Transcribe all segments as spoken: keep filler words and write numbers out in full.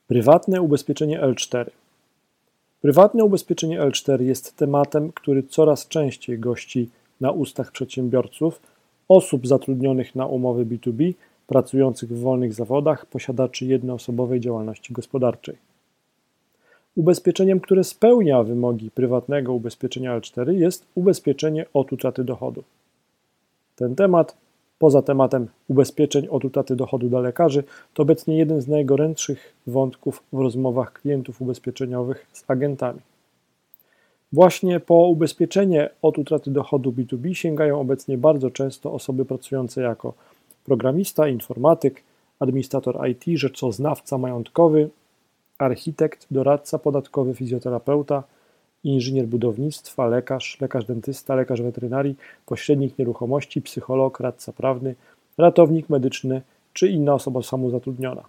Prywatne ubezpieczenie L cztery. Prywatne ubezpieczenie L cztery jest tematem, który coraz częściej gości na ustach przedsiębiorców, osób zatrudnionych na umowy B dwa B, pracujących w wolnych zawodach, posiadaczy jednoosobowej działalności gospodarczej. Ubezpieczeniem, które spełnia wymogi prywatnego ubezpieczenia L cztery, jest ubezpieczenie od utraty dochodu. Ten temat, poza tematem ubezpieczeń od utraty dochodu dla lekarzy, to obecnie jeden z najgorętszych wątków w rozmowach klientów ubezpieczeniowych z agentami. Właśnie po ubezpieczenie od utraty dochodu B dwa B sięgają obecnie bardzo często osoby pracujące jako programista, informatyk, administrator I T, rzeczoznawca majątkowy, architekt, doradca podatkowy, fizjoterapeuta, inżynier budownictwa, lekarz, lekarz dentysta, lekarz weterynarii, pośrednik nieruchomości, psycholog, radca prawny, ratownik medyczny czy inna osoba samozatrudniona.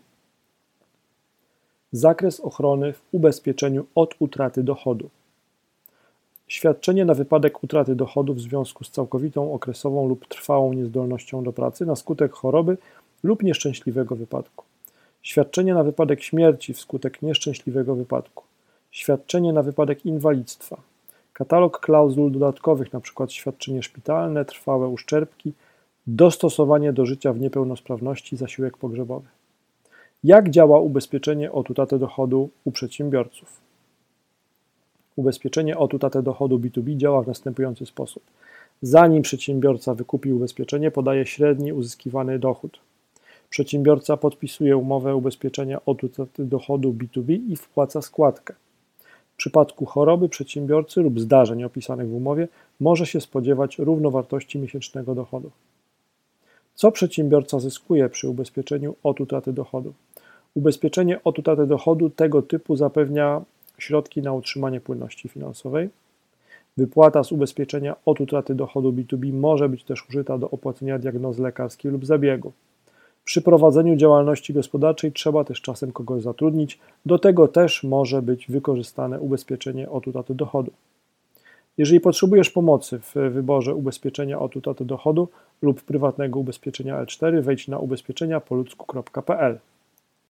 Zakres ochrony w ubezpieczeniu od utraty dochodu. Świadczenie na wypadek utraty dochodu w związku z całkowitą, okresową lub trwałą niezdolnością do pracy na skutek choroby lub nieszczęśliwego wypadku. Świadczenie na wypadek śmierci wskutek nieszczęśliwego wypadku. Świadczenie na wypadek inwalidztwa. Katalog klauzul dodatkowych, np. świadczenie szpitalne, trwałe uszczerbki, dostosowanie do życia w niepełnosprawności, zasiłek pogrzebowy. Jak działa ubezpieczenie od utraty dochodu u przedsiębiorców? Ubezpieczenie od utraty dochodu B dwa B działa w następujący sposób. Zanim przedsiębiorca wykupi ubezpieczenie, podaje średni uzyskiwany dochód. Przedsiębiorca podpisuje umowę ubezpieczenia od utraty dochodu B dwa B i wpłaca składkę. W przypadku choroby przedsiębiorcy lub zdarzeń opisanych w umowie może się spodziewać równowartości miesięcznego dochodu. Co przedsiębiorca zyskuje przy ubezpieczeniu od utraty dochodu? Ubezpieczenie od utraty dochodu tego typu zapewnia środki na utrzymanie płynności finansowej. Wypłata z ubezpieczenia od utraty dochodu B dwa B może być też użyta do opłacenia diagnozy lekarskiej lub zabiegu. Przy prowadzeniu działalności gospodarczej trzeba też czasem kogoś zatrudnić, do tego też może być wykorzystane ubezpieczenie od utraty dochodu. Jeżeli potrzebujesz pomocy w wyborze ubezpieczenia od utraty dochodu lub prywatnego ubezpieczenia L cztery, wejdź na ubezpieczenia po ludzku kropka p l.